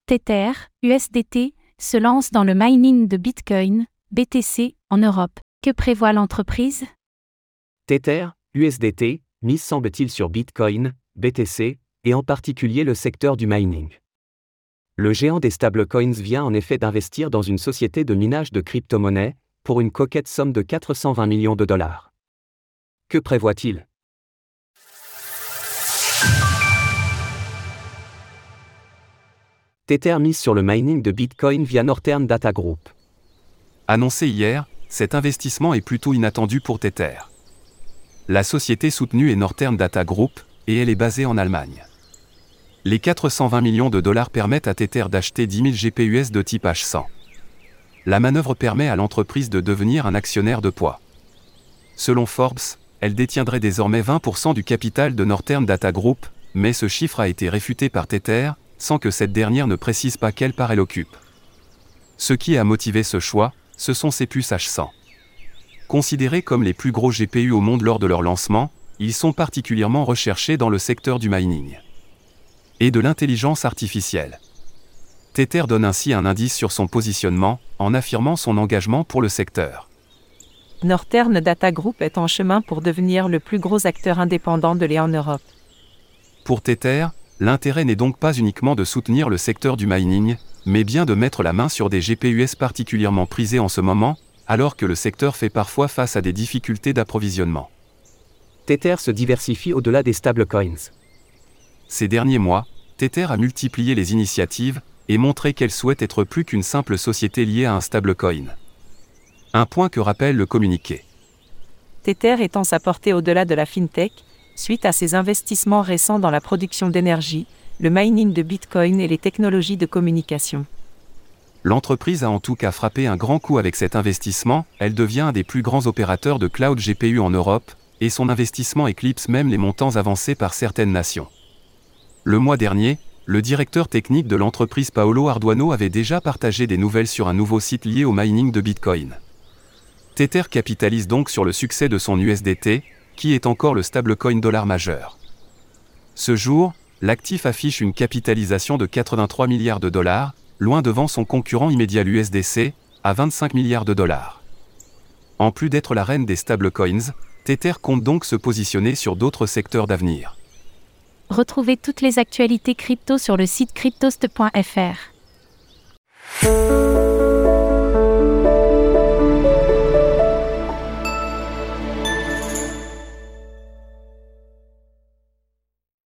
Tether, USDT, se lance dans le mining de Bitcoin, BTC, en Europe. Que prévoit l'entreprise ? Tether, USDT, mise semble-t-il sur Bitcoin, BTC, et en particulier le secteur du mining. Le géant des stablecoins vient en effet d'investir dans une société de minage de crypto-monnaies, pour une coquette somme de 420 millions de dollars. Que prévoit-il ? Tether mise sur le mining de Bitcoin via Northern Data Group. Annoncé hier, cet investissement est plutôt inattendu pour Tether. La société soutenue est Northern Data Group, et elle est basée en Allemagne. Les 420 millions de dollars permettent à Tether d'acheter 10 000 GPUs de type H100. La manœuvre permet à l'entreprise de devenir un actionnaire de poids. Selon Forbes, elle détiendrait désormais 20% du capital de Northern Data Group, mais ce chiffre a été réfuté par Tether, sans que cette dernière ne précise pas quelle part elle occupe. Ce qui a motivé ce choix, ce sont ces puces H100. Considérés comme les plus gros GPU au monde lors de leur lancement, ils sont particulièrement recherchés dans le secteur du mining et de l'intelligence artificielle. Tether donne ainsi un indice sur son positionnement, en affirmant son engagement pour le secteur. Northern Data Group est en chemin pour devenir le plus gros acteur indépendant de l'IA en Europe. Pour Tether, l'intérêt n'est donc pas uniquement de soutenir le secteur du mining, mais bien de mettre la main sur des GPUs particulièrement prisés en ce moment, alors que le secteur fait parfois face à des difficultés d'approvisionnement. Tether se diversifie au-delà des stablecoins. Ces derniers mois, Tether a multiplié les initiatives et montré qu'elle souhaite être plus qu'une simple société liée à un stablecoin. Un point que rappelle le communiqué. Tether étend sa portée au-delà de la fintech, suite à ses investissements récents dans la production d'énergie, le mining de Bitcoin et les technologies de communication. L'entreprise a en tout cas frappé un grand coup avec cet investissement, elle devient un des plus grands opérateurs de cloud GPU en Europe, et son investissement éclipse même les montants avancés par certaines nations. Le mois dernier, le directeur technique de l'entreprise Paolo Arduano avait déjà partagé des nouvelles sur un nouveau site lié au mining de Bitcoin. Tether capitalise donc sur le succès de son USDT, qui est encore le stablecoin dollar majeur. Ce jour, l'actif affiche une capitalisation de 83 milliards de dollars, loin devant son concurrent immédiat l'USDC, à 25 milliards de dollars. En plus d'être la reine des stablecoins, Tether compte donc se positionner sur d'autres secteurs d'avenir. Retrouvez toutes les actualités crypto sur le site cryptost.fr.